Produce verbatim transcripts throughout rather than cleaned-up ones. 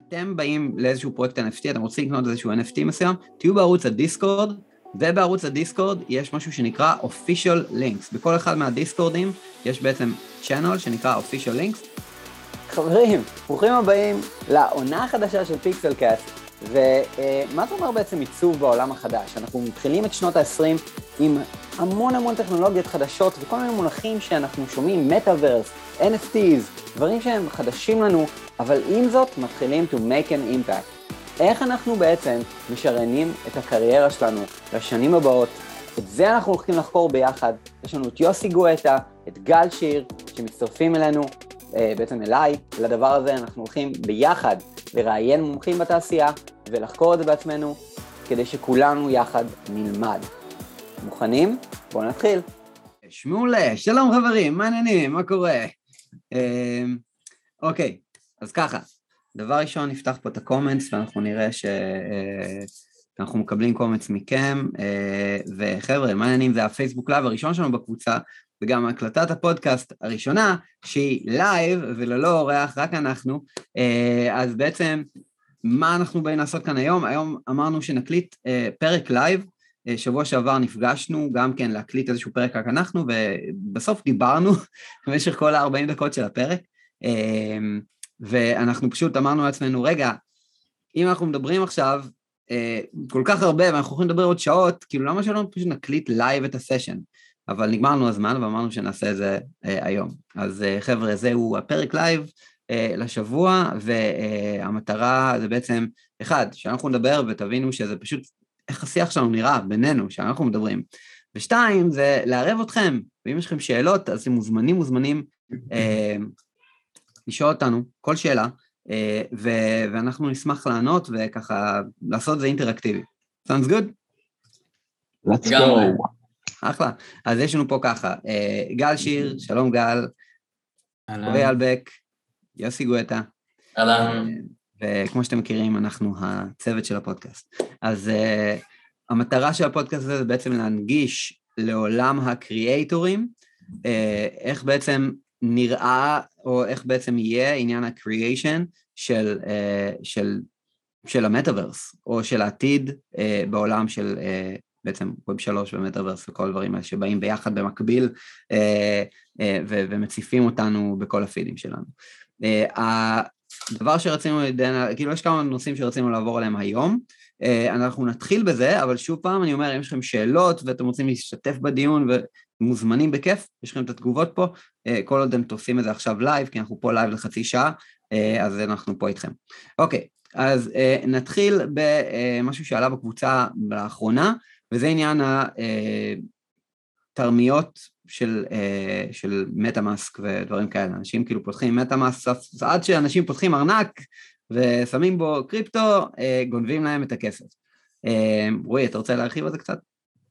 אתם באים לאיזשהו פרויקט אן אף טי, אתם רוצים לקנות איזשהו אן אף טי מסוים, תהיו בערוץ הדיסקורד, ובערוץ הדיסקורד יש משהו שנקרא Official Links. בכל אחד מהדיסקורדים יש בעצם צ'אנל שנקרא Official Links. חברים, ברוכים הבאים לעונה החדשה של פיקסלקאסט, ומה זה אומר בעצם עיצוב בעולם החדש? אנחנו מתחילים את שנות ה-עשרים עם המון המון טכנולוגיות חדשות וכל מיני מונחים שאנחנו שומעים, מטאברס, אן אף טיז, דברים שהם חדשים לנו, אבל עם זאת מתחילים to make an impact. איך אנחנו בעצם משריינים את הקריירה שלנו לשנים הבאות? את זה אנחנו הולכים לחקור ביחד. יש לנו את יוסי גואטה, את גל שיר, שמצטרפים אלינו, בעצם אליי, לדבר הזה. אנחנו הולכים ביחד לראיין מומחים בתעשייה ולחקור את זה בעצמנו, כדי שכולנו יחד נלמד. מוכנים? בואו נתחיל. שמעולה, שלום חברים, מה העניינים, מה קורה? אוקיי, אז ככה, דבר ראשון נפתח פה את הקומנטס, ואנחנו נראה שאנחנו מקבלים קומנטס מכם, וחבר'ה, מה העניינים? זה הפייסבוק לייב הראשון שלנו בקבוצה, וגם הקלטת הפודקאסט הראשונה, שהיא לייב וללא אורח, רק אנחנו. אז בעצם, מה אנחנו באים לעשות כאן היום? היום אמרנו שנקליט פרק לייב, שבוע שעבר נפגשנו גם כן להקליט איזשהו פרק רק אנחנו, ובסוף דיברנו במשך כל ה-ארבעים דקות של הפרק, ואנחנו פשוט אמרנו לעצמנו, רגע, אם אנחנו מדברים עכשיו כל כך הרבה, ואנחנו יכולים לדבר עוד שעות, כאילו למה שלא פשוט נקליט לייב את הסשן? אבל נגמרנו הזמן, ואמרנו שנעשה את זה היום. אז חבר'ה, זהו הפרק לייב לשבוע, והמטרה זה בעצם, אחד, שאנחנו נדבר ותבינו שזה פשוט, איך השיח שלנו נראה בינינו, שאנחנו מדברים. ושתיים, זה לערב אתכם, ואם יש לכם שאלות, אז אתם מוזמנים, מוזמנים אה, לשאול אותנו כל שאלה, אה, ו- ואנחנו נשמח לענות, וככה לעשות את זה אינטראקטיבי. Sounds good? Let's go. אחלה. אז יש לנו פה ככה, אה, גל שיר, שלום גל, קובי אלבק, יוסי גואטה. אהלן. וכמו שאתם מכירים, אנחנו הצוות של הפודקאסט. אז uh, המטרה של הפודקאסט הזה זה בעצם להנגיש לעולם הקריאייטורים, uh, איך בעצם נראה, או איך בעצם יהיה עניין הקריאיישן של, uh, של, של המטאברס, או של העתיד uh, בעולם של uh, בעצם ווב שלוש ומטאברס וכל הדברים האלה שבאים ביחד במקביל, uh, uh, ו- ומציפים אותנו בכל הפידים שלנו. Uh, דבר שרצינו, כאילו יש כמה נושאים שרצינו לעבור עליהם היום, אנחנו נתחיל בזה, אבל שוב פעם אני אומר, אם יש לכם שאלות ואתם רוצים להשתתף בדיון ומוזמנים בכיף, יש לכם את התגובות פה, כל עוד אתם תופסים את זה עכשיו לייב, כי אנחנו פה לייב לחצי שעה, אז אנחנו פה איתכם. אוקיי, אז נתחיל במשהו שעלה בקבוצה לאחרונה, וזה עניין התרמיות של, של מטאמאסק ודברים כאלה. אנשים כאילו פותחים מטאמאסק, עד שאנשים פותחים ארנק ושמים בו קריפטו, גונבים להם את הכסף. רועי, אתה רוצה להרחיב על זה קצת?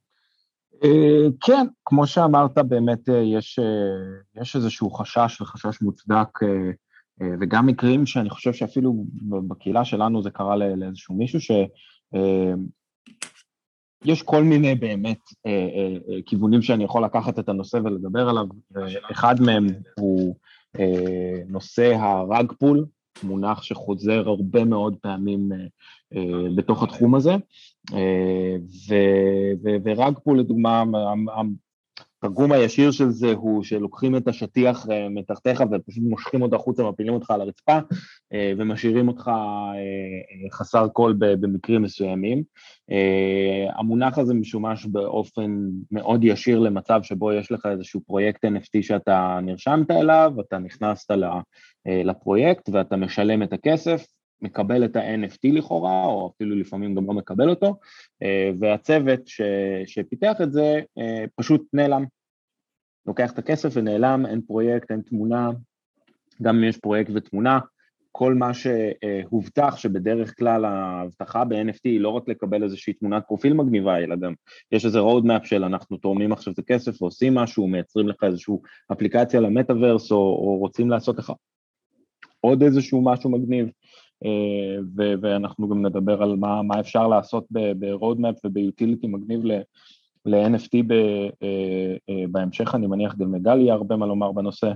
כן, כמו שאמרת, באמת יש, יש איזשהו חשש וחשש מוצדק, וגם מקרים שאני חושב שאפילו בקהילה שלנו זה קרה לאיזשהו מישהו ש... יש כל מיני באמת אה, אה, כיוונים שאני יכול לקחת את הנושא ולדבר עליו, אחד מהם הוא אה, נושא הרג פול, מונח שחוזר הרבה מאוד פעמים אה, אה, בתוך התחום הזה, אה, ו, ו, ורג פול לדוגמה, התרגום הישיר של זה הוא שלוקחים את השטיח מתחתיך ופשוט מושכים אותך החוצה, מפילים אותך על הרצפה ומשאירים אותך חסר קול במקרים מסוימים. המונח הזה משומש באופן מאוד ישיר למצב שבו יש לך איזשהו פרויקט אן אף טי שאתה נרשמת אליו, אתה נכנסת לפרויקט ואתה משלם את הכסף, מקבל את ה-אן אף טי לכאורה, או אפילו לפעמים גם לא מקבל אותו, והצוות ש, שפיתח את זה פשוט נעלם. לוקח את הכסף ונעלם, אין פרויקט, אין תמונה, גם אם יש פרויקט ותמונה, כל מה שהובטח שבדרך כלל ההבטחה ב-אן אף טי היא לא רק לקבל איזושהי תמונת פרופיל מגניבה, אלא גם יש איזה roadmap של אנחנו תורמים עכשיו את הכסף ועושים משהו, מייצרים לך איזושהי אפליקציה למטאברס, או, או רוצים לעשות לך עוד איזשהו משהו מגניב, ו- ואנחנו גם נדבר על מה, מה אפשר לעשות ב-roadmap וב-utility מגניב ל-אן אף טי בהמשך, אני מניח גם מגל יהיה הרבה מה לומר בנושא,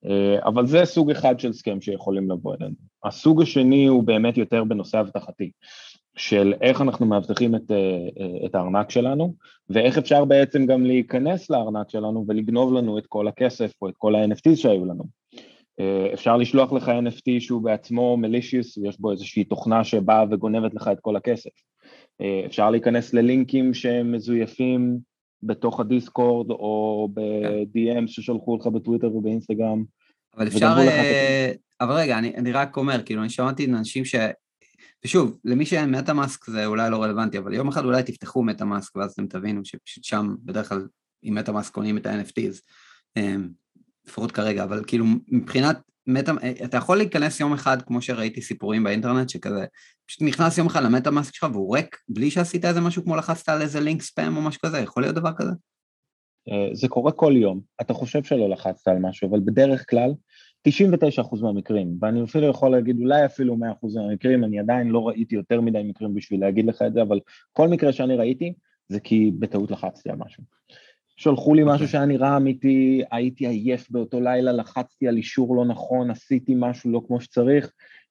אבל זה סוג אחד של סכם שיכולים לבוא אלינו. הסוג השני הוא באמת יותר בנושא הבטחתי, של איך אנחנו מאבטחים את, את הארנק שלנו, ואיך אפשר בעצם גם להיכנס לארנק שלנו ולגנוב לנו את כל הכסף או את כל ה-אן אף טיז שהיו לנו. אפשר לשלוח לך אן אף טי שהוא בעצמו מלישיוס, ויש בו איזושהי תוכנה שבאה וגונבת לך את כל הכסף. אפשר להיכנס ללינקים שהם מזויפים בתוך הדיסקורד, או ב-די אם ששלחו לך בטוויטר ובאינסטגרם. אבל אפשר, אבל רגע, אני, אני רק אומר, כאילו, אני שמעתי אנשים ש... ושוב, למי שאין מטה-מאסק זה אולי לא רלוונטי, אבל יום אחד אולי תפתחו מטה-מאסק, ואז אתם תבינו שפשוט שם בדרך כלל עם מטה-מאסק קונים את ה-אן אף טיז, לפחות כרגע, אבל כאילו מבחינת מטה, אתה יכול להיכנס יום אחד, כמו שראיתי סיפורים באינטרנט, שכזה, פשוט נכנס יום אחד למטה-מאסק שלך, והוא ריק, בלי שעשית איזה משהו כמו לחצת על איזה לינק ספאם או משהו כזה, יכול להיות דבר כזה? זה קורה כל יום, אתה חושב שלא לחצת על משהו, אבל בדרך כלל, תשעים ותשעה אחוז מהמקרים, ואני אפילו יכול להגיד, אולי אפילו מאה אחוז מהמקרים, אני עדיין לא ראיתי יותר מדי מקרים בשביל להגיד לך את זה, אבל כל מקרה שאני ראיתי, זה כי בטעות לחצתי על משהו. שלחו לי משהו שהיה נראה אמיתי, הייתי עייף באותו לילה, לחצתי על אישור לא נכון, עשיתי משהו לא כמו שצריך,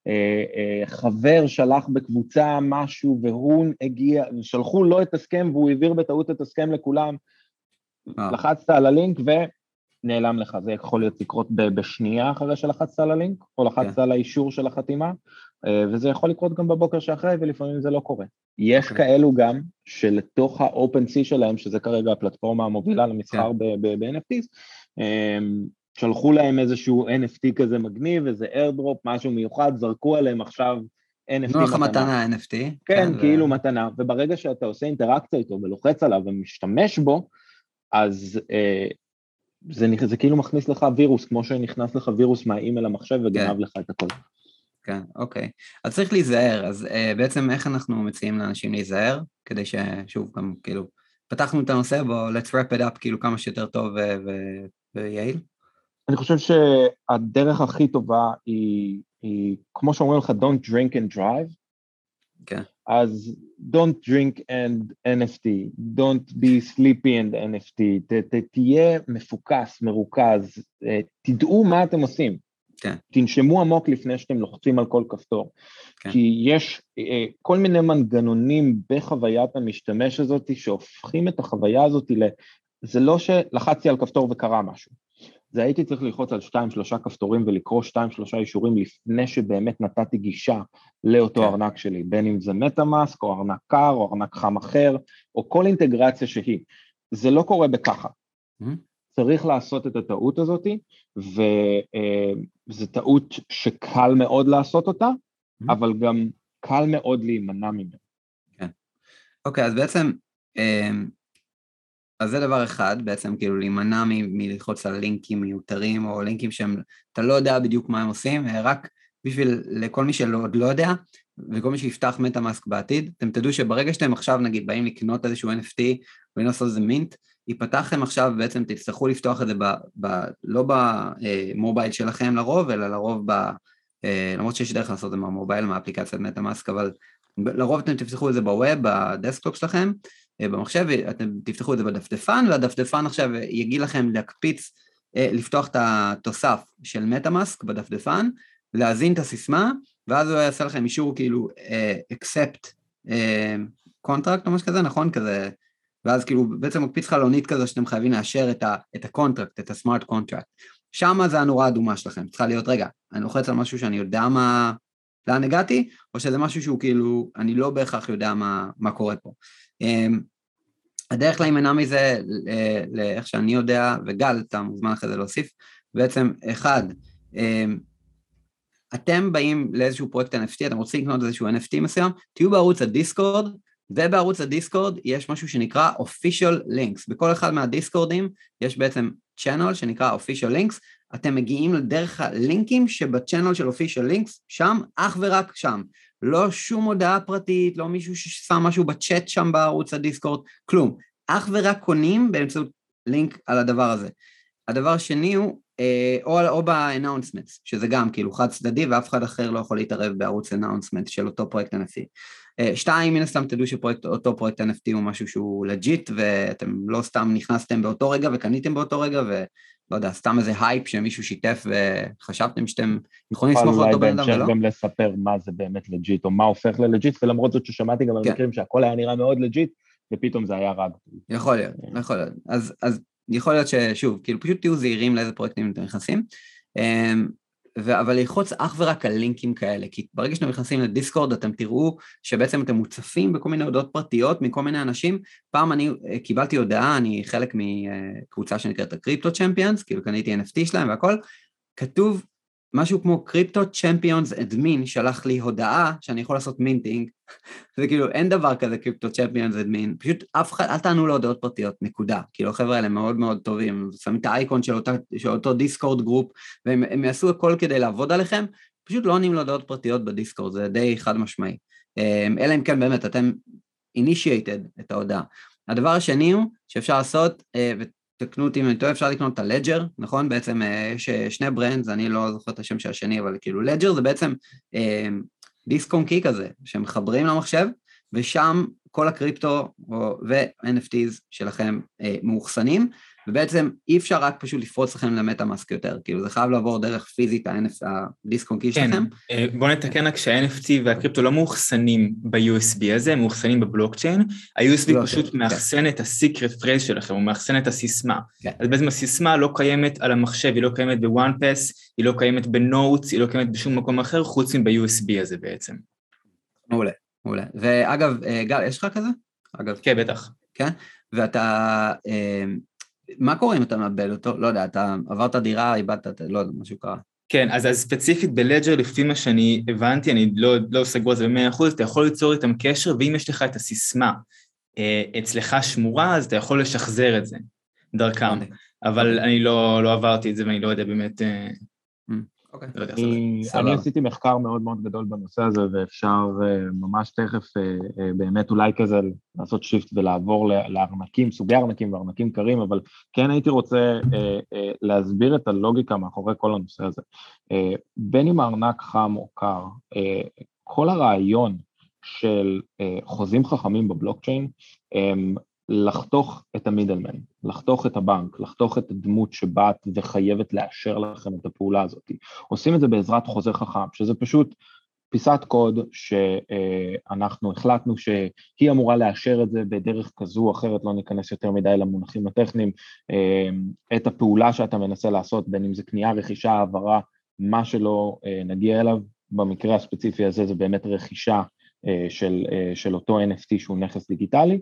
חבר שלח בקבוצה משהו, והוא הגיע, שלחו לו את הסכם, והוא העביר בטעות את הסכם לכולם, לחצת על הלינק ונעלם לך, זה יכול להיות לקרות בשנייה אחרי שלחצת על הלינק, או לחצת על האישור של החתימה, וזה יכול לקרות גם בבוקר שאחרי, ולפעמים זה לא קורה. יש כאלו גם שלתוך ה-Open Sea שלהם, שזה כרגע הפלטפורמה המובילה למסחר ב-אן אף טיז, שלחו להם איזשהו אן אף טי כזה מגניב, איזה airdrop, משהו מיוחד, זרקו עליהם עכשיו אן אף טי מתנה. נוח מתנה אן אף טי. כן, כאילו מתנה, וברגע שאתה עושה אינטראקציה איתו ולוחץ עליו ומשתמש בו, אז זה, זה כאילו מכניס לך וירוס, כמו שנכנס לך וירוס מהאימייל למחשב וגנב לך את הכל. כן, אוקיי. אז צריך להיזהר, אז uh, בעצם איך אנחנו מציעים לאנשים להיזהר, כדי ששוב, גם כאילו, פתחנו את הנושא, בוא, let's wrap it up, כאילו כמה שיותר טוב ו- ויעיל. אני חושב שהדרך הכי טובה היא, היא, כמו שאומרים לך, don't drink and drive, כן. אז don't drink and אן אף טי, don't be sleepy and אן אף טי, ת, ת, תהיה מפוקס, מרוכז, תדעו מה אתם עושים. כן. תנשמו עמוק לפני שאתם לוחצים על כל כפתור, כן. כי יש אה, כל מיני מנגנונים בחוויית המשתמש הזאת, שהופכים את החוויה הזאת, ל... זה לא שלחצתי על כפתור וקרה משהו, זה הייתי צריך ללחוץ על שתיים שלושה כפתורים, ולקרוא שתיים שלושה אישורים, לפני שבאמת נתתי גישה לאותו כן. ארנק שלי, בין אם זה מטה-מאסק, או ארנק קר, או ארנק חם אחר, או כל אינטגרציה שהיא, זה לא קורה בככה, mm-hmm. צריך לעשות את הטעות הזאת, וזו טעות שקל מאוד לעשות אותה, אבל גם קל מאוד להימנע ממנו. כן. אוקיי, אז בעצם, אז זה דבר אחד, בעצם כאילו להימנע מלחוץ על לינקים מיותרים, או לינקים שהם, אתה לא יודע בדיוק מה הם עושים, רק בשביל לכל מי שעוד לא יודע, וכל מי שיפתח מטה-מאסק בעתיד, אתם תדעו שברגע שאתם עכשיו נגיד באים לקנות איזשהו אן אף טי, ולעשות איזה מינט, ייפתח לכם עכשיו, בעצם תצטרכו לפתוח את זה, ב, ב, לא במובייל שלכם לרוב, אלא לרוב, ב, למרות שיש דרך לעשות את זה מהמובייל, מהאפליקציית מטה-מאסק, אבל לרוב אתם תפתחו את זה בווב, בדסקטופ שלכם, במחשב, אתם תפתחו את זה בדפדפן, והדפדפן עכשיו יגיד לכם להקפיץ, לפתוח את התוסף של מטה-מאסק בדפדפן, להזין את הסיסמה, ואז הוא יעשה לכם אישור כאילו, accept contract, או משהו כזה, נכון? כזה, ואז כאילו בעצם מקפיץ חלונית כזו שאתם חייבים לאשר את, ה, את הקונטרקט, את הסמארט קונטרקט. שם זה הנורה האדומה שלכם. צריכה להיות, רגע, אני לוחץ על משהו שאני יודע מה, לאן הגעתי, או שזה משהו שהוא כאילו, אני לא בהכרח יודע מה, מה קורה פה. הדרך להימנע מזה, לאיך שאני יודע, וגל, אתה מוזמן אחרי זה להוסיף, בעצם אחד, אתם באים לאיזשהו פרויקט אן אף טי, אתם רוצים לקנות איזשהו אן אף טי מסוים, תהיו בערוץ הדיסקורד, ובערוץ הדיסקורד יש משהו שנקרא official links, בכל אחד מהדיסקורדים יש בעצם channel שנקרא official links, אתם מגיעים לדרך הלינקים שבצ'אנל של official links, שם, אך ורק שם, לא שום הודעה פרטית, לא מישהו ששם משהו בצ'אט שם בערוץ הדיסקורד, כלום, אך ורק קונים באמצעות לינק על הדבר הזה. הדבר השני הוא, או, או ב-announcements, שזה גם כאילו חד צדדי, ואף אחד אחר לא יכול להתערב בערוץ announcement של אותו פרויקט אן אף טי. שתיים, מן הסתם תדעו שאותו פרויקט אן אף טי הוא משהו שהוא לג'יט, ואתם לא סתם נכנסתם באותו רגע וקניתם באותו רגע, ולא יודע, סתם איזה הייפ שמישהו שיתף וחשבתם שאתם יכולים לסמוך על אותו בן אדם ולא? אולי בהמשך גם לספר מה זה באמת לג'יט, או מה הופך ללג'יט, ולמרות זאת ששמעתי גם על מקרים שהכל היה נראה מאוד לג'יט, ופתאום זה היה רג. יכול להיות, יכול להיות. אז, אז יכול להיות ששוב, כאילו פשוט תהיו זהירים לאיזה פרויקטים אתם נכנסים, ו- אבל ללחוץ אך ורק על לינקים כאלה, כי ברגע שאתם נכנסים לדיסקורד, אתם תראו שבעצם אתם מוצפים בכל מיני הודעות פרטיות מכל מיני אנשים. פעם אני קיבלתי הודעה, אני חלק מקבוצה שנקראת הקריפטו צ'מפיונס, כאילו קניתי אן אף טי שלהם והכל, כתוב משהו כמו קריפטו צ'מפיונס אדמין, שלח לי הודעה שאני יכול לעשות מינטינג, זה כאילו אין דבר כזה קריפטו צ'מפיונס אדמין, פשוט אף אחד, אל תענו להודעות פרטיות, נקודה, כאילו החבר'ה האלה מאוד מאוד טובים, שמים את האייקון של, אותה, של אותו דיסקורד גרופ, והם הם יעשו הכל כדי לעבוד עליכם, פשוט לא עונים להודעות פרטיות בדיסקורד, זה די חד משמעי, אלא אם כן באמת אתם initiated את ההודעה. הדבר השני הוא שאפשר לעשות, תקנו אותי אם אני טועה, אפשר לקנות את הלג'ר, נכון? בעצם יש שני ברנדס, אני לא זוכר את השם של השני, אבל כאילו לג'ר זה בעצם דיסק און קי כזה, שמחברים למחשב, ושם כל הקריפטו ו-אן אף טיז שלכם מאוחסנים, ובעצם אי אפשר רק פשוט לפרוץ לכם למטה-מאסק יותר, כאילו זה חייב לעבור דרך פיזית הדיסק און קי שלכם. כן, בואו נתקן רק שה-אן אף טי והקריפטו לא מאוחסנים ב-יו אס בי הזה, הם מאוחסנים בבלוקצ'יין, ה-יו אס בי פשוט מאחסן את ה-secret phrase שלכם, הוא מאחסן את הסיסמה, אז בעצם הסיסמה לא קיימת על המחשב, היא לא קיימת ב-OnePass, היא לא קיימת ב-Notes, היא לא קיימת בשום מקום אחר, חוץ מב-יו אס בי הזה בעצם. מעולה, מעולה. ואגב, גל, יש לך כזה? אגב. כן, בטח. כן? ואתה... מה קורה אם אתה מאבד אותו? לא יודע, אתה עברת דירה, איבדת, לא יודע, משהו קרה. כן, אז, אז ספציפית בלג'ר, לפי מה שאני הבנתי, אני לא, לא סגור את זה ב-מאה אחוז, אתה יכול ליצור איתם קשר, ואם יש לך את הסיסמה אה, אצלך שמורה, אז אתה יכול לשחזר את זה דרכם. אבל אני לא, לא עברתי את זה, ואני לא יודע באמת... אה, אוקיי. אני עשיתי מחקר מאוד מאוד גדול בנושא הזה, ואפשר ממש תכף באמת אולי כזה לעשות שיפט ולעבור לארנקים, סוגי ארנקים וארנקים קרים, אבל כן הייתי רוצה להסביר את הלוגיקה מאחורי כל הנושא הזה. בין אם הארנק חם או קר, כל הרעיון של חוזים חכמים בבלוקצ'יין, לחתוך את המידלמן, לחתוך את הבנק, לחתוך את הדמות שבאת וחייבת לאשר לכם את הפעולה הזאת. עושים את זה בעזרת חוזה חכם, שזה פשוט פיסת קוד שאנחנו החלטנו שהיא אמורה לאשר את זה בדרך כזו או אחרת, לא ניכנס יותר מדי למונחים הטכניים, את הפעולה שאתה מנסה לעשות, בין אם זה קנייה, רכישה, העברה, מה שלא נגיע אליו, במקרה הספציפי הזה זה באמת רכישה של, של אותו אן אף טי שהוא נכס דיגיטלי,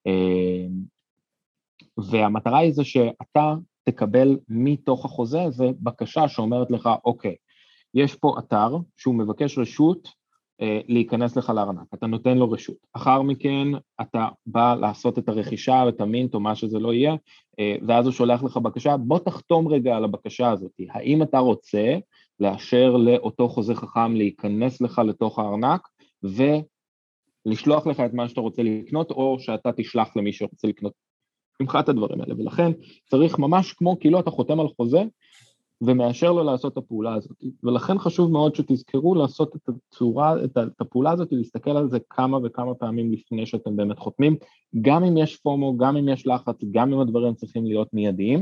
והמטרה היא זה שאתה תקבל מתוך החוזה הזה בקשה שאומרת לך, אוקיי, יש פה אתר שהוא מבקש רשות להיכנס לך לארנק, אתה נותן לו רשות, אחר מכן אתה בא לעשות את הרכישה, את המינט או מה שזה לא יהיה, ואז הוא שולח לך בקשה, בוא תחתום רגע על הבקשה הזאת, האם אתה רוצה לאשר לאותו חוזה חכם להיכנס לך לתוך הארנק, ו... לשלוח לך את מה שאתה רוצה לקנות, או שאתה תשלח למי שרוצה לקנות ממך את הדברים האלה, ולכן צריך ממש כמו כאילו אתה חותם על חוזה, ומאשר לו לעשות את הפעולה הזאת, ולכן חשוב מאוד שתזכרו לעשות את הצורה, את הפעולה הזאת, להסתכל על זה כמה וכמה פעמים לפני שאתם באמת חותמים, גם אם יש פומו, גם אם יש לחץ, גם אם הדברים צריכים להיות מיידיים,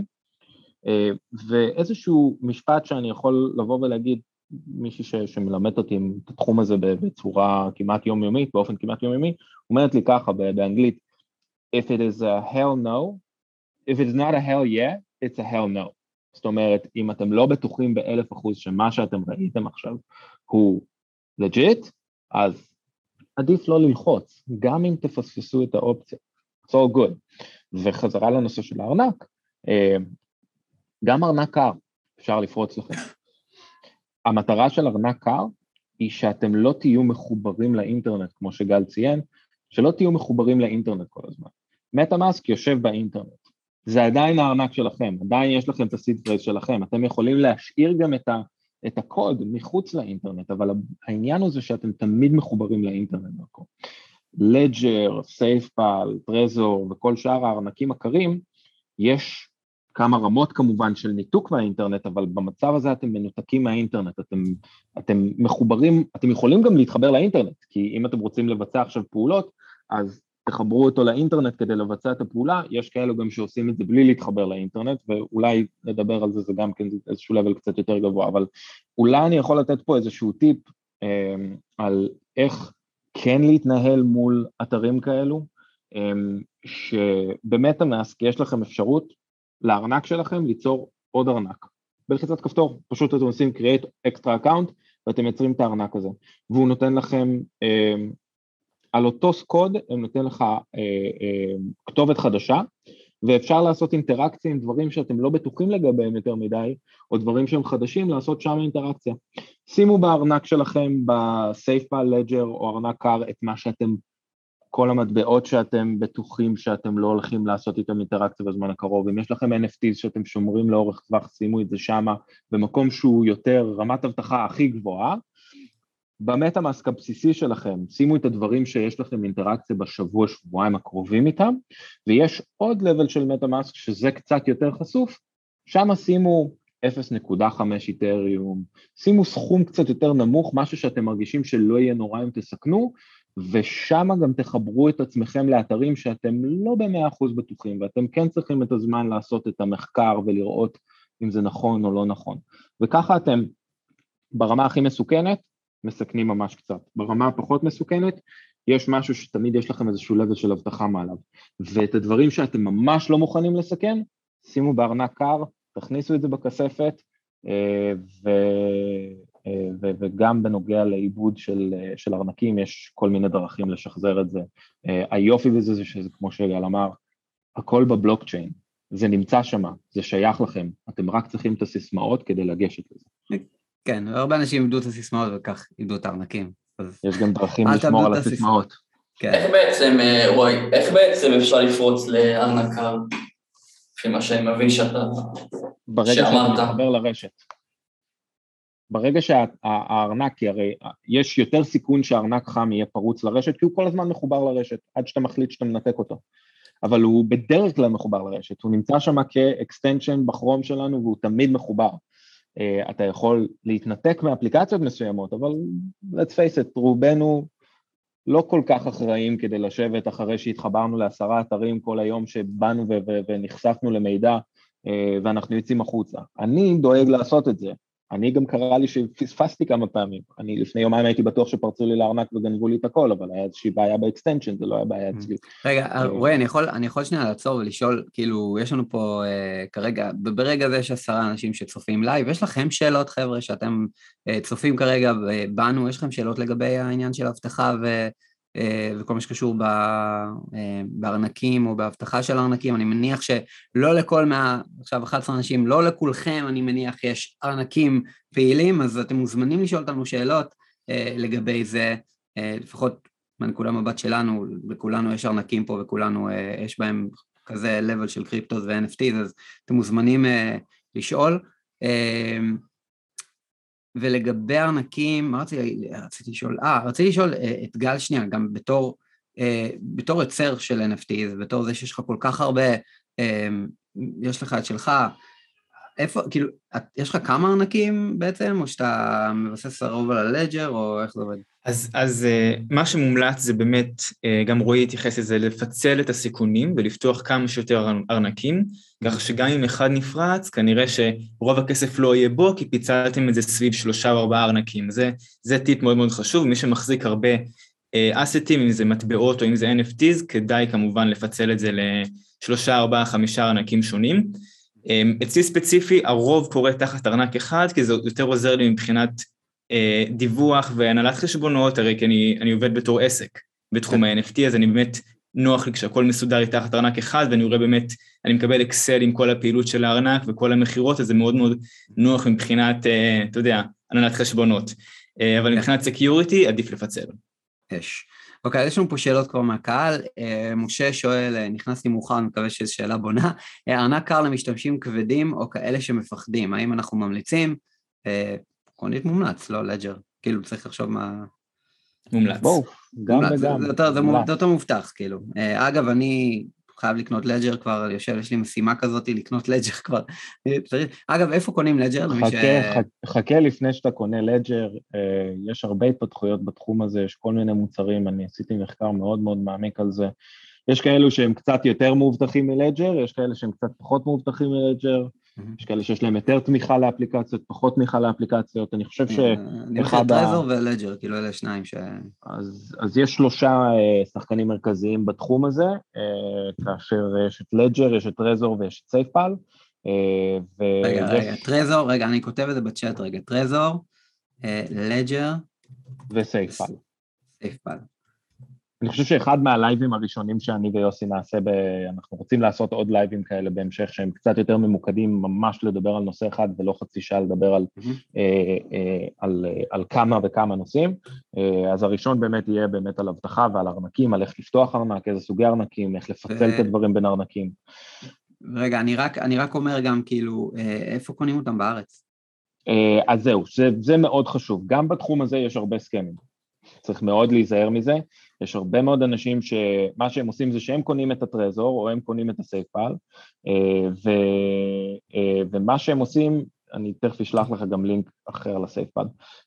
ואיזשהו משפט שאני יכול לבוא ולהגיד, מישהי ש, שמלמד אותי את התחום הזה בצורה כמעט יומיומית, באופן כמעט יומיומי, אומרת לי ככה באנגלית, if it is a hell no, if it's not a hell yeah, it's a hell no. זאת אומרת, אם אתם לא בטוחים באלף אחוז שמה שאתם ראיתם עכשיו הוא legit, אז עדיף לא ללחוץ, גם אם תפספסו את האופציה. It's all good. וחזרה לנושא של הארנק, גם ארנק קר אפשר לפרוץ לכם. המטרה של ארנק קר היא שאתם לא תהיו מחוברים לאינטרנט, כמו שגל ציין, שלא תהיו מחוברים לאינטרנט כל הזמן. מטה-מאסק יושב באינטרנט. זה עדיין הארנק שלכם, עדיין יש לכם את הסיד פרייז שלכם, אתם יכולים להשאיר גם את, ה, את הקוד מחוץ לאינטרנט, אבל העניין הוא זה שאתם תמיד מחוברים לאינטרנט. לג'ר, סייפפל, טרזור וכל שאר הארנקים הקרים, יש כמה רמות כמובן של ניתוק מהאינטרנט, אבל במצב הזה אתם מנותקים מהאינטרנט, אתם, אתם מחוברים, אתם יכולים גם להתחבר לאינטרנט, כי אם אתם רוצים לבצע עכשיו פעולות, אז תחברו אותו לאינטרנט כדי לבצע את הפעולה, יש כאלו גם שעושים את זה בלי להתחבר לאינטרנט, ואולי נדבר על זה, זה גם כן איזשהו לבל קצת יותר גבוה, אבל אולי אני יכול לתת פה איזשהו טיפ אה, על איך כן להתנהל מול אתרים כאלו, אה, שבמטה-מאסק יש לכם אפשרות לארנק שלכם ליצור עוד ארנק, בלחיצת כפתור, פשוט אתם עושים create extra account, ואתם יוצרים את הארנק הזה, והוא נותן לכם, אה, על אותו קוד, הם נותן לך אה, אה, כתובת חדשה, ואפשר לעשות אינטראקציה עם דברים שאתם לא בטוחים לגביהם יותר מדי, או דברים שהם חדשים, לעשות שם אינטראקציה. שימו בארנק שלכם, בסייפל לג'ר או ארנק קר, את מה שאתם, כל המטבעות שאתם בטוחים שאתם לא הולכים לעשות איתם אינטראקציה בזמן הקרוב. אם יש לכם אן אף טיז שאתם שומרים לאורך טווח, שימו את זה שם, במקום שהוא יותר רמת הבטחה הכי גבוהה, במטה-מאסק הבסיסי שלכם, שימו את הדברים שיש לכם אינטראקציה בשבוע, שבועיים הקרובים איתם, ויש עוד לבל של מטה-מאסק שזה קצת יותר חשוף, שם שימו אפס נקודה חמש איתריום, שימו סכום קצת יותר נמוך, משהו שאתם מרגישים שלא יהיה נורא אם תסכנו, ושם גם תחברו את עצמכם לאתרים שאתם לא ב-מאה אחוז בטוחים, ואתם כן צריכים את הזמן לעשות את המחקר ולראות אם זה נכון או לא נכון. וככה אתם, ברמה הכי מסוכנת, מסכנים ממש קצת. ברמה הפחות מסוכנת, יש משהו שתמיד יש לכם איזשהו לבל של הבטחה מעליו. ואת הדברים שאתם ממש לא מוכנים לסכן, שימו בארנק קר, תכניסו את זה בכספת, ו... ו... וגם בנוגע לעיבוד של, של ארנקים, יש כל מיני דרכים לשחזר את זה. היופי בזה זה שזה, כמו שגל אמר, הכל בבלוקצ'יין, זה נמצא שמה, זה שייך לכם, אתם רק צריכים את הסיסמאות כדי לגשת לזה. כן, הרבה אנשים איבדו את הסיסמאות וכך איבדו את הארנקים. יש גם דרכים לשמור על הסיסמאות. איך בעצם, רועי, איך בעצם אפשר לפרוץ לארנק קר? לפי מה שאני מבין שאתה, ברגע שאתה מתחבר לרשת. ברגע שהארנק, כי הרי יש יותר סיכון שהארנק חם יהיה פרוץ לרשת, כי הוא כל הזמן מחובר לרשת, עד שאתה מחליט שאתה מנתק אותו. אבל הוא בדרך כלל מחובר לרשת, הוא נמצא שם כאקסטנשן בכרום שלנו, והוא תמיד מחובר. Uh, אתה יכול להתנתק מאפליקציות מסוימות, אבל let's face it, רובנו לא כל כך אחראים כדי לשבת אחרי שהתחברנו לעשרה אתרים כל היום שבאנו ו- ו- ונחשפנו למידע, uh, ואנחנו יוצאים החוצה. אני דואג לעשות את זה. אני גם קרה לי שפספסתי כמה פעמים. אני לפני יומיים הייתי בטוח שפרצו לי לארנק וגנבו לי את הכל, אבל היה איזושהי בעיה באקסטנשן, זה לא היה בעיה אצלי. רגע, רועי, אני יכול, אני יכול שנייה לעצור ולשאול, כאילו, יש לנו פה uh, כרגע, ברגע זה יש עשרה אנשים שצופים לייב, יש לכם שאלות, חבר'ה, שאתם uh, צופים כרגע בנו, יש לכם שאלות לגבי העניין של הבטחה ו... וכל מה שקשור בארנקים או בהבטחה של ארנקים, אני מניח שלא לכל מה, עכשיו אחת עשרה אנשים, לא לכולכם, אני מניח, יש ארנקים פעילים, אז אתם מוזמנים לשאול אותנו שאלות לגבי זה, לפחות מנקודת מבט שלנו, וכולנו יש ארנקים פה, וכולנו יש בהם כזה level של קריפטוס ו-אן אף טיז, אז אתם מוזמנים לשאול. ולגבי ארנקים, מה רציתי, רציתי לשאול? אה, רציתי לשאול את גל שנייה, גם בתור, בתור יוצר של אן אף טיז, בתור זה שיש לך כל כך הרבה, יש לך את שלך, איפה, כאילו, יש לך כמה ארנקים בעצם, או שאתה מבסס הרוב על הלג'ר, או איך זה עובד? אז, אז מה שמומלץ זה באמת, גם רועי התייחס לזה, לפצל את הסיכונים ולפתוח כמה שיותר ארנקים, כך שגם אם אחד נפרץ, כנראה שרוב הכסף לא יהיה בו, כי פיצלתם את זה סביב שלושה או ארבעה ארנקים. זה, זה טיפ מאוד מאוד חשוב, מי שמחזיק הרבה אסטים, אם זה מטבעות או אם זה אן אף טיז, כדאי כמובן לפצל את זה לשלושה, ארבעה, חמישה ארנקים שונים. אצלי ספציפי, הרוב קורה תחת ארנק אחד, כי זה יותר עוזר לי מבחינת דיווח והנהלת חשבונות, הרי כי אני, אני עובד בתור עסק בתחום ה-אן אף טי, אז אני באמת נוח לי כשהכל מסודר תחת ארנק אחד, ואני רואה באמת, אני מקבל אקסל עם כל הפעילות של הארנק וכל המחירות, אז זה מאוד מאוד נוח מבחינת, אתה יודע, הנהלת חשבונות. אבל מבחינת סקיוריטי, עדיף לפצל. יש. אוקיי, יש לנו פה שאלות כבר מהקהל. משה שואל, נכנסתי מאוחר, אני מקווה שזו שאלה בונה, ארנק קר למשתמשים כבדים או כאלה שמפחדים, האם אנחנו ממליצים? קונית מומלץ, לא לג'ר, כאילו צריך לחשוב מה... מומלץ. בואו, גם וגם. זה יותר מובטח, כאילו. אגב, אני חייב לקנות לג'ר כבר, יושב, יש לי משימה כזאת, לקנות לג'ר כבר. אגב, איפה קונים לג'ר? חכה, חכה לפני שאתה קונה לג'ר, יש הרבה התפתחויות בתחום הזה, יש כל מיני מוצרים, אני עשיתי מחקר מאוד מאוד מעמיק על זה, יש כאלו שהם קצת יותר מאובטחים מלג'ר, יש כאלה שהם קצת פחות מאובטחים מלג'ר, יש כאלה שיש להם יותר תמיכה לאפליקציות, פחות תמיכה לאפליקציות, אני חושב ש... אני חושב טרזור ולג'ר, כאילו אלה שניים ש... אז, אז יש שלושה שחקנים מרכזיים בתחום הזה, כאשר יש את לג'ר, יש את טרזור ויש את סייפפל. רגע, רגע, טרזור, רגע, אני כותב את זה בצ'אט, רגע, טרזור, לג'ר... וסייפפל. סייפפל. אני חושב שאחד מהלייבים הראשונים שאני ויוסי נעשה, ב... אנחנו רוצים לעשות עוד לייבים כאלה בהמשך, שהם קצת יותר ממוקדים, ממש לדבר על נושא אחד, ולא חצי שעה לדבר על, mm-hmm. אה, אה, על, אה, על כמה וכמה נושאים. אה, אז הראשון באמת יהיה באמת על הבטחה ועל ארנקים, על איך לפתוח ארנק, איזה סוגי ארנקים, איך לפצל ו... את הדברים בין ארנקים. רגע, אני רק, אני רק אומר גם כאילו, איפה קונים אותם בארץ? אה, אז זהו, זה, זה מאוד חשוב. גם בתחום הזה יש הרבה סקמים. צריך מאוד להיזהר מזה. יש הרבה מאוד אנשים שמה שהם עושים זה שהם קונים את הטרזור, או הם קונים את הסייפפל, ו, ומה שהם עושים, אני תכף אשלח לך גם לינק אחר לסייפפל,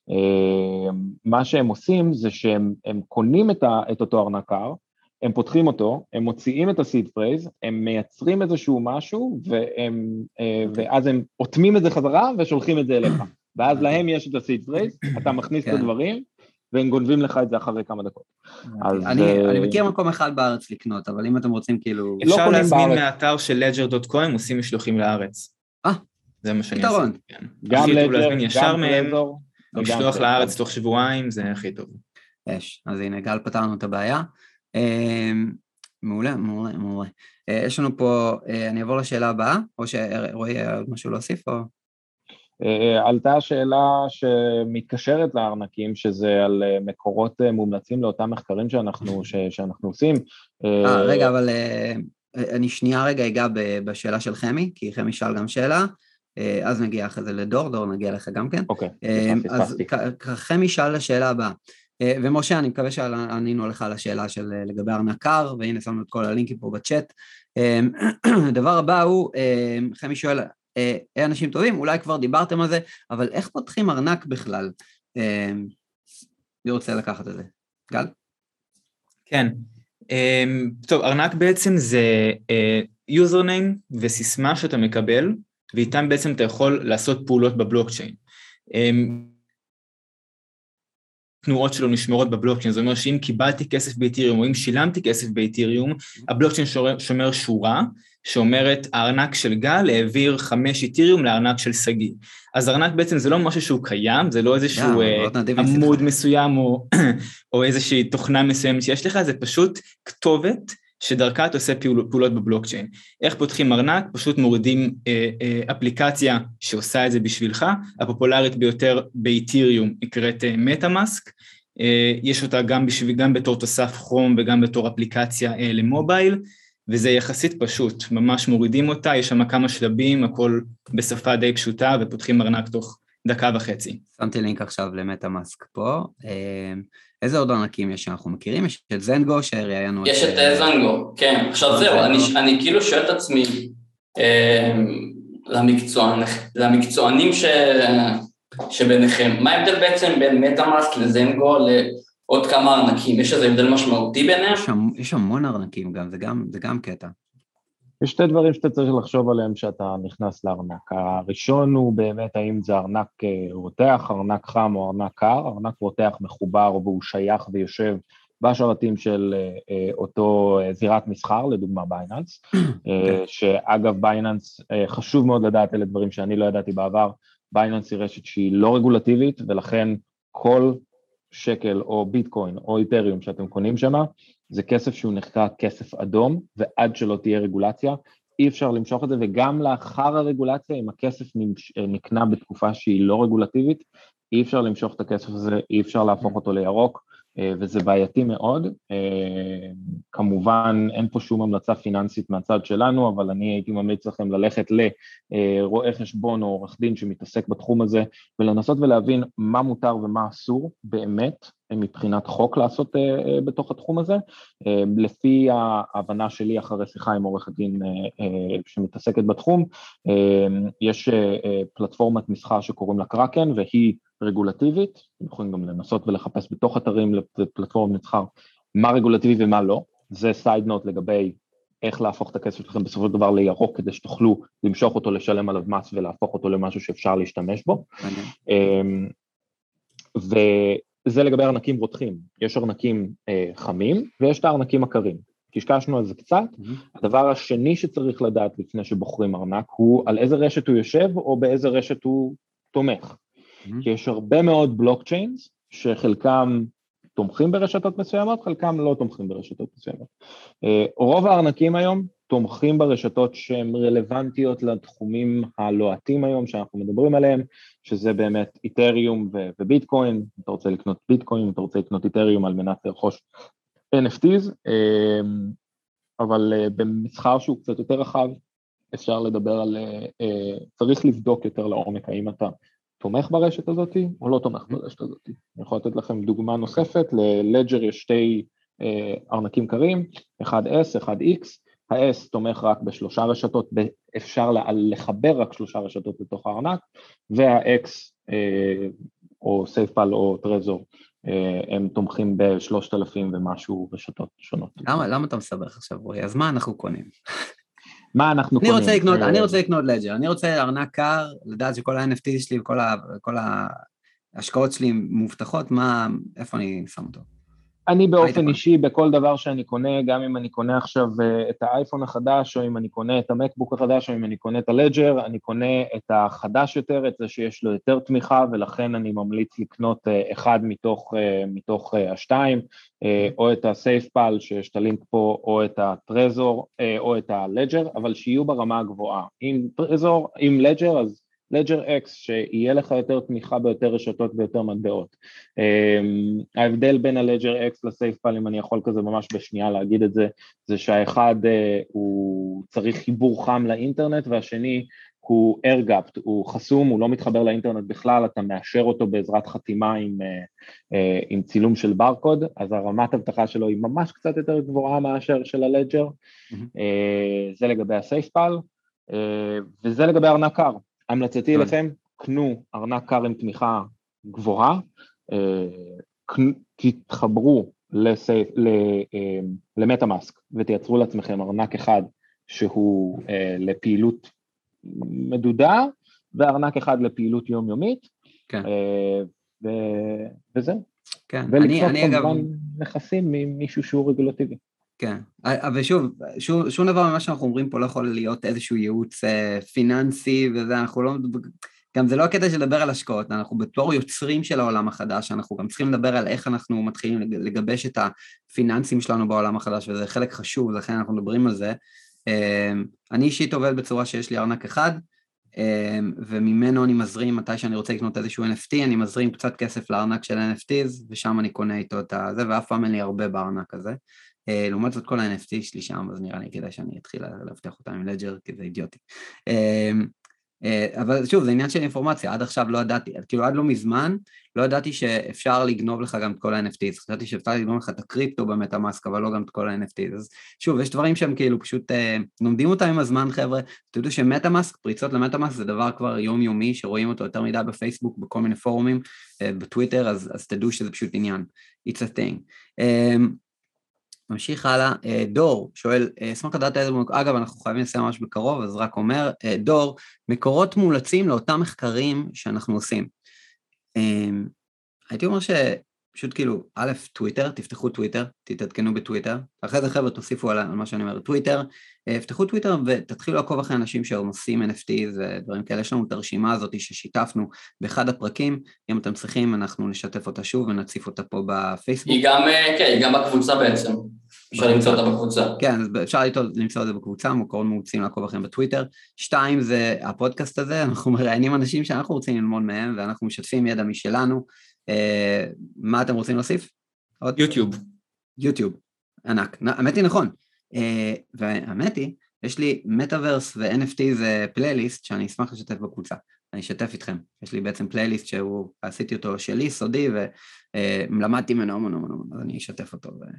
מה שהם עושים זה שהם הם קונים את, ה, את אותו ארנק קר, הם פותחים אותו, הם מוציאים את הסיד פרייז, הם מייצרים איזשהו משהו, והם, ואז הם עוטמים את זה חזרה ושולחים את זה אליך, ואז להם יש את הסיד פרייז, אתה מכניס את הדברים, והם גונבים לך את זה אחרי כמה דקות. אני מכיר מקום אחד בארץ לקנות, אבל אם אתם רוצים כאילו... אפשר להזמין מהאתר של לג'ר דוט קו, הם עושים משלוחים לארץ. אה, זה מה שאני פתרון. גם לג'ר, גם טרזור. משלוח לארץ תוך שבועיים, זה הכי טוב. יש, אז הנה, גל פתרנו את הבעיה. מעולה, מעולה, מעולה. יש לנו פה, אני אעבור לשאלה הבאה, או שרועי עוד משהו להוסיף, או... עלתה שאלה שמתקשרת לארנקים, שזה על מקורות מומלצים לאותם מחקרים שאנחנו, ש, שאנחנו עושים. אה, רגע, אבל אני שנייה רגע אגע בשאלה של חמי, כי חמי שאל גם שאלה, אז נגיע אחרי זה לדור, דור נגיע לך גם כן. אוקיי, אז חמי שאל לשאלה הבאה, ומשה, אני מקווה שענינו לך על השאלה של לגבי ארנק קר, והנה שמנו את כל הלינקים פה בצ'אט. הדבר הבא הוא, חמי שואל, אה, אנשים טובים, אולי כבר דיברתם על זה, אבל איך פותחים ארנק בכלל? אה, אני רוצה לקחת את זה. גל? כן. אה, טוב, ארנק בעצם זה אה, username וסיסמה שאתה מקבל, ואיתם בעצם אתה יכול לעשות פעולות בבלוקצ'יין. אה, תנועות שלו נשמרות בבלוקצ'יין, זאת אומרת שאם קיבלתי כסף באתיריום, או אם שילמתי כסף באתיריום, הבלוקצ'יין שומר שורה, שאומרת, הארנק של גל העביר חמש אתיריום לארנק של סגי. אז הארנק בעצם זה לא משהו שהוא קיים, זה לא איזשהו yeah, עמוד מסוים, או, או איזושהי תוכנה מסוימת שיש לך, זה פשוט כתובת, שדרכה אתה עושה פעול, פעולות בבלוקצ'יין. איך פותחים ארנק? פשוט מורידים אה, אה, אפליקציה שעושה את זה בשבילך, הפופולרית ביותר באתיריום נקראת אה, מטאמאסק, אה, יש אותה גם, בשביל, גם בתור תוסף כרום וגם בתור אפליקציה אה, למובייל, וזה יחסית פשוט, ממש מורידים אותה, יש שם כמה שלבים, הכל בשפה די פשוטה, ופותחים ארנק תוך דקה וחצי. שמתי לינק עכשיו למטאמאסק פה, איזה עוד ארנקים יש שאנחנו מכירים? יש את זנגו שראיינו... יש את זנגו, כן. עכשיו זהו, אני כאילו שואל את עצמי, למקצוענים שביניכם, מה ההבדל בעצם בין מטאמאסק לזנגו לעוד כמה ארנקים? יש איזה הבדל משמעותי ביניהם? יש המון ארנקים גם, זה גם קטע. יש שתי דברים שאתה צריך לחשוב עליהם שאתה נכנס לארנק. הראשון הוא באמת האם זה ארנק רותח, ארנק חם או ארנק קר. ארנק רותח מחובר והוא שייך ויושב בשרתים של אותו זירת מסחר, לדוגמה בייננס, שאגב בייננס, חשוב מאוד לדעת אלה דברים שאני לא ידעתי בעבר, בייננס היא רשת שהיא לא רגולטיבית, ולכן כל שקל או ביטקוין או איתריום שאתם קונים שמה, זה כסף שהוא נחקר כסף אדום, ועד שלא תהיה רגולציה, אי אפשר למשוך את זה, וגם לאחר הרגולציה, אם הכסף נקנה בתקופה שהיא לא רגולטיבית, אי אפשר למשוך את הכסף הזה, אי אפשר להפוך אותו לירוק, וזה בעייתי מאוד. כמובן, אין פה שום המלצה פיננסית מהצד שלנו, אבל אני הייתי ממליץ לכם ללכת לרואה חשבון או עורך דין שמתעסק בתחום הזה, ולנסות ולהבין מה מותר ומה אסור באמת, מבחינת חוק לעשות בתוך התחום הזה. לפי ההבנה שלי אחרי שיחה עם עורכת דין שמתעסקת בתחום, יש פלטפורמת מסחר שקוראים לה קראקן, והיא רגולטיבית, אתם יכולים גם לנסות ולחפש בתוך אתרים לפלטפורמת מסחר, מה רגולטיבי ומה לא, זה סייד נוט לגבי איך להפוך את הכסף שלכם בסופו של דבר לירוק, כדי שתוכלו למשוך אותו, לשלם עליו מס ולהפוך אותו למשהו שאפשר להשתמש בו. וזה לגבי ארנקים רותחים, יש ארנקים חמים ויש את הארנקים הקרים. קשקשנו על זה קצת. הדבר השני שצריך לדעת לפני שבוחרים ארנק הוא על איזה רשת הוא יושב או באיזה רשת הוא תומך. כי יש הרבה מאוד בלוקצ'יינס שחלקם תומכים ברשתות מסוימות, חלקם לא תומכים ברשתות מסוימות. רוב הארנקים היום תומכים ברשתות שהן רלוונטיות לתחומים הלוהטים היום שאנחנו מדברים עליהם, שזה באמת איתריום וביטקוין. אתה רוצה לקנות ביטקוין, אתה רוצה לקנות איתריום על מנת לרכוש אן אף טיז, אבל במסחר שהוא קצת יותר רחב, אפשר לדבר על, צריך לבדוק יותר לעומק, האם אתה תומך ברשת הזאת או לא תומך ברשת הזאת. אני יכול לתת לכם דוגמה נוספת, ללג'ר יש שתי ארנקים קרים, אחד S, אחד X, ה-S תומך רק בשלושה רשתות, אפשר לחבר רק שלושה רשתות לתוך הארנק, וה-X או סייפפל או טרזור, הם תומכים בשלושת אלפים ומשהו רשתות שונות. למה, למה אתה מסבך עכשיו, רועי? אז מה אנחנו קונים? מה אנחנו אני קונים? רוצה לקנות, אני רוצה לקנות לג'ר, אני רוצה ארנק קר, לדעת שכל ה-אן אף טי שלי וכל ה, כל ההשקעות שלי מובטחות, מה, איפה אני שם אותו? אני באופן אישי, בכל דבר שאני קונה, גם אם אני קונה עכשיו את האייפון החדש, או אם אני קונה את המקבוק החדש, או אם אני קונה את הלג'ר, אני קונה את החדש יותר, את זה שיש לו יותר תמיכה, ולכן אני ממליץ לקנות אחד מתוך, מתוך השתיים, או את הסייפפל שיש את הלינק פה, או את הטרזור, או את הלג'ר, אבל שיהיו ברמה הגבוהה. עם טרזור, עם לג'ר, אז לג'ר אקס, שיהיה לך יותר תמיכה ביותר רשתות ויותר מטבעות. ההבדל בין הלג'ר אקס לסייפפל, אם אני יכול כזה ממש בשנייה להגיד את זה, זה שהאחד הוא צריך חיבור חם לאינטרנט, והשני הוא air-gapped, הוא חסום, הוא לא מתחבר לאינטרנט בכלל, אתה מאשר אותו בעזרת חתימה עם, עם צילום של ברקוד, אז הרמת הבטחה שלו היא ממש קצת יותר גבוהה מאשר של הלג'ר, זה לגבי הסייפפל, וזה לגבי ארנק קר. המלצתי לכם, קנו ארנק קר עם תמיכה גבוהה, תתחברו למטאמאסק ותייצרו לעצמכם ארנק אחד שהוא לפעילות מדודה, וארנק אחד לפעילות יומיומית, וזהו. ולקנות כמובן נכסים ממישהו שהוא רגולטיבי. כן, אבל שוב, שוב, שום דבר ממה שאנחנו אומרים פה לא יכול להיות איזשהו ייעוץ פיננסי, וזה, אנחנו לא, גם זה לא הקטע של לדבר על השקעות, אנחנו בתור יוצרים של העולם החדש, אנחנו גם צריכים לדבר על איך אנחנו מתחילים לגבש את הפיננסים שלנו בעולם החדש, וזה חלק חשוב, לכן אנחנו מדברים על זה. אני אישית עובד בצורה שיש לי ארנק אחד, וממנו אני מזרים, מתי שאני רוצה לקנות איזשהו אן אף טי, אני מזרים קצת כסף לארנק של אן אף טיז, ושם אני קונה איתו את זה, ואף פעם אין לי הרבה בארנק הזה. לעומת זאת כל ה-אן אף טי שלי שם, אז נראה לי כדאי שאני אתחיל להבטח אותם עם לג'ר, כי זה אידיוטי. אבל שוב, זה עניין של אינפורמציה, עד עכשיו לא ידעתי, כאילו עד לא מזמן, לא ידעתי שאפשר לגנוב לך גם את כל ה-אן אף טי, חשבתי שאפשר לגנוב לך את הקריפטו במטאמאסק, אבל לא גם את כל ה-אן אף טי, אז שוב, יש דברים שהם כאילו פשוט לומדים אותם עם הזמן, חבר'ה, תדעו שמטאמאסק, פריצות למטאמאסק זה דבר כבר יומיומי, שרואים אותו יותר מדי בפייסבוק, בכל מיני פורומים, בטוויטר, אז, אז תדעו שזה פשוט עניין, it's a thing. ממשיך הלאה, דור שואל, אשמח לדעת איזה, אגב אנחנו חייבים לסיים ממש בקרוב, אז רק אומר, דור, מקורות מומלצים לאותם מחקרים שאנחנו עושים. הייתי אומר שפשוט כאילו, א', טוויטר, תפתחו טוויטר, תתעדכנו בטוויטר, אחרי זה חבר'ה תוסיפו על מה שאני אומר, טוויטר, פתחו טוויטר ותתחילו לעקוב אחרי אנשים שעושים אן אף טי ודברים כאלה, יש לנו את הרשימה הזאת ששיתפנו באחד הפרקים, אם אתם צריכים אנחנו נשתף אותה שוב ונציף אותה פה בפייסבוק. היא גם, כן, היא גם בקבוצה בעצם, אפשר למצוא אותה בקבוצה. כן, אז אפשר למצוא את זה בקבוצה, מקורות מומלצים לעקוב אחריהם בטוויטר. שתיים זה הפודקאסט הזה, אנחנו מראיינים אנשים שאנחנו רוצים ללמוד מהם, ואנחנו משתפים ידע משלנו. מה אתם רוצים להוסיף? יוטיוב. יוטיוב, ענק. האמת היא נכון. והאמת היא יש לי מטאברס ו-אן אף טי זה פלייליסט שאני אשמח לשתף בקבוצה, אני אשתף איתכם, יש לי בעצם פלייליסט שהוא, עשיתי אותו שלי, סודי, ולמדתי ממנו המון המון המון, אז אני אשתף אותו. ו...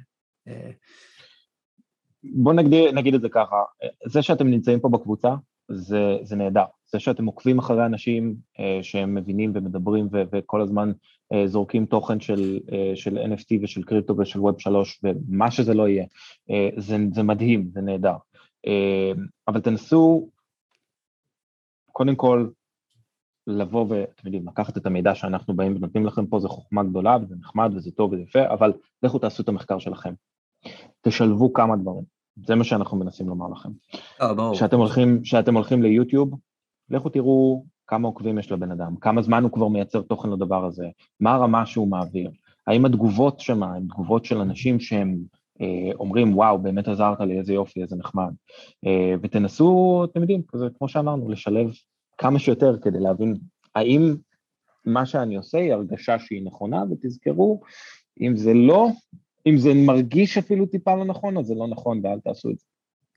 בוא נגיד, נגיד את זה ככה, זה שאתם נמצאים פה בקבוצה, זה, זה נהדר, זה שאתם עוקבים אחרי אנשים אה, שהם מבינים ומדברים ו- וכל הזמן אה, זורקים תוכן של, אה, של אן אף טי ושל קריפטו ושל ווב שלוש ומה שזה לא יהיה, אה, זה, זה מדהים, זה נהדר, אה, אבל תנסו קודם כל לבוא ואתם יודעים, לקחת את המידע שאנחנו באים ונותנים לכם פה, זה חוכמה גדולה וזה נחמד וזה טוב וזה יפה, אבל לכו תעשו את המחקר שלכם, תשלבו כמה דברים, זה מה שאנחנו מנסים לומר לכם. שאתם הולכים, שאתם הולכים ליוטיוב, לכו תראו כמה עוקבים יש לבן אדם, כמה זמן הוא כבר מייצר תוכן לדבר הזה, מה הרמה שהוא מעביר, האם התגובות שמה, הן תגובות של אנשים שהם אה, אומרים, וואו, באמת עזרת לי, איזה יופי, איזה נחמד, אה, ותנסו, אתם יודעים, כזה, כמו שאמרנו, לשלב כמה שיותר כדי להבין, האם מה שאני עושה היא הרגשה שהיא נכונה, ותזכרו, אם זה לא, אם זה מרגיש אפילו טיפה לא נכון, אז זה לא נכון, ואל תעשו את זה.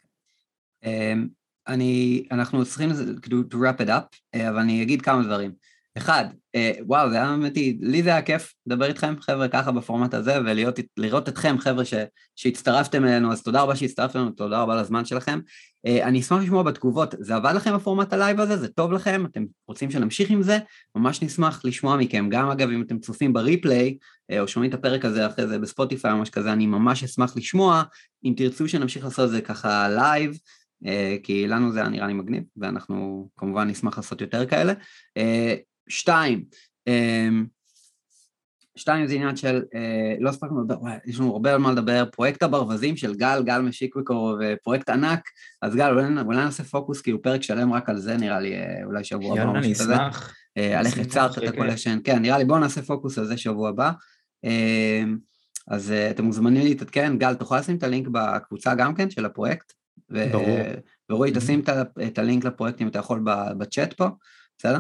אני, אנחנו צריכים to wrap it up, אבל אני אגיד כמה דברים. אחד, וואו, זה היה באמת, לי זה היה כיף לדבר איתכם, חבר'ה, ככה בפורמט הזה, ולראות אתכם, חבר'ה, שהצטרפתם אלינו, אז תודה רבה שהצטרפתם אלינו, תודה רבה לזמן שלכם. אני אשמח לשמוע בתגובות, זה עבד לכם בפורמט הלייב הזה, זה טוב לכם, אתם רוצים שנמשיך עם זה, ממש נשמח לשמוע מכם, גם אגב, אם אתם צופים בריפליי, או שומעים את הפרק הזה אחרי זה בספוטיפיי או משהו כזה, אני ממש אשמח לשמוע, אם תרצו שנמשיך לעשות זה ככה לייב, כי לנו זה נראה לי מגניב, ואנחנו כמובן נשמח לעשות יותר כאלה. שתיים, שתיים זה עניין של, לא ספקנו לדבר, יש לנו הרבה על מה לדבר, פרויקט הברווזים של גל, גל משיקוויקו ופרויקט ענק, אז גל, אולי נעשה פוקוס, כי הוא פרק שלם רק על זה, נראה לי אולי שבוע הבא. יאללה, אני אשמח. על איך יצרת את הקולקשן, כן, נראה לי בואו נעשה פוקוס על זה שבוע הבא. אז אתם מוזמנים להתעדכן, גל, תוכל לשים את הלינק בקבוצה גם כן של הפרויקט, ורועי תשים את הלינק לפרויקט אם אתה יכול בצ'אט פה, בסדר?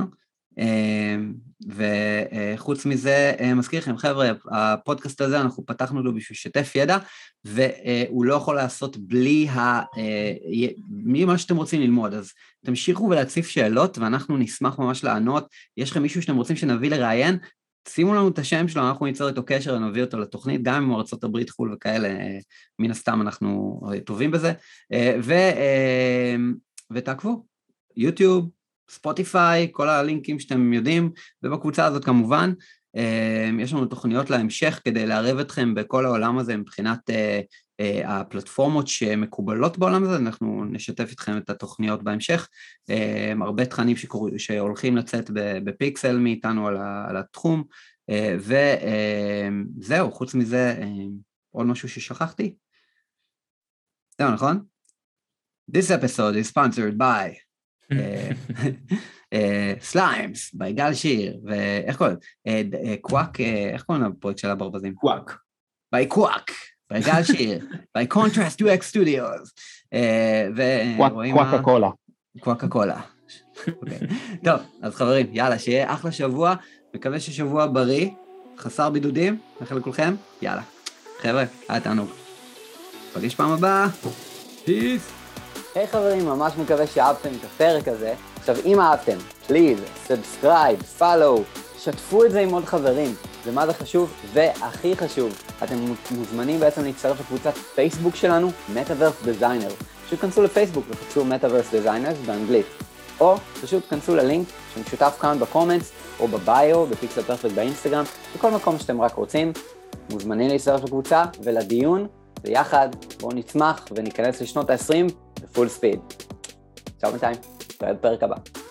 וחוץ מזה, מזכיר לכם, חבר'ה, הפודקאסט הזה אנחנו פתחנו לו בשביל שתף ידע, והוא לא יכול לעשות בלי מה שאתם רוצים ללמוד, אז תמשיכו ולהציף שאלות, ואנחנו נשמח ממש לענות, יש לכם מישהו שאתם רוצים שנביא לראיין, שימו לנו את השם שלו, אנחנו ניצור איתו קשר ונביא אותו לתוכנית, גם עם ארצות הברית חול וכאלה, מן הסתם אנחנו טובים בזה, ו, ותעקבו, יוטיוב, ספוטיפיי, כל הלינקים שאתם יודעים, ובקבוצה הזאת כמובן, יש לנו תוכניות להמשך כדי לערב אתכם בכל העולם הזה מבחינת הפלטפורמות שמקובלות בעולם הזה, אנחנו נשתף איתכם את התוכניות בהמשך, הרבה תכנים שהולכים לצאת בפיקסל מאיתנו על התחום, וזהו, חוץ מזה, עוד משהו ששכחתי? זהו, נכון? This episode is sponsored by סליימס, by גל שיר, ואיך קוראים? קוואק, איך קוראים לפרויקט של הברווזים? קוואק. by קוואק. by גל שיר, by Contrast יו אקס Studios, קוואקה קולה. קוואקה קולה. טוב, אז חברים, יאללה, שיהיה אחלה שבוע, מקווה ששבוע בריא, חסר בידודים, נאחל לכולכם, יאללה. חבר'ה, היה תענוג. פגיש פעם הבאה, פיס. היי חברים, ממש מקווה שאהבתם את הפרק הזה. עכשיו, אם אהבתם, פליז, סאבסקרייב, פולו, שתפו את זה עם עוד חברים. זה מה זה חשוב, והכי חשוב, אתם מוזמנים בעצם להצטרף לקבוצת פייסבוק שלנו, Metaverse Designers. פשוט כנסו לפייסבוק וחפשו Metaverse Designers באנגלית. או פשוט כנסו ללינק שמשותף כאן בקומנטס, או בביו, בפיקסל פרפקט באינסטגרם, בכל מקום שאתם רק רוצים. מוזמנים להצטרף לקבוצה ולדיון, ויחד בואו נצמח וניכנס לשנות ה-עשרים בפול ספיד. צ'או בינתיים, נתראה בפרק הבא.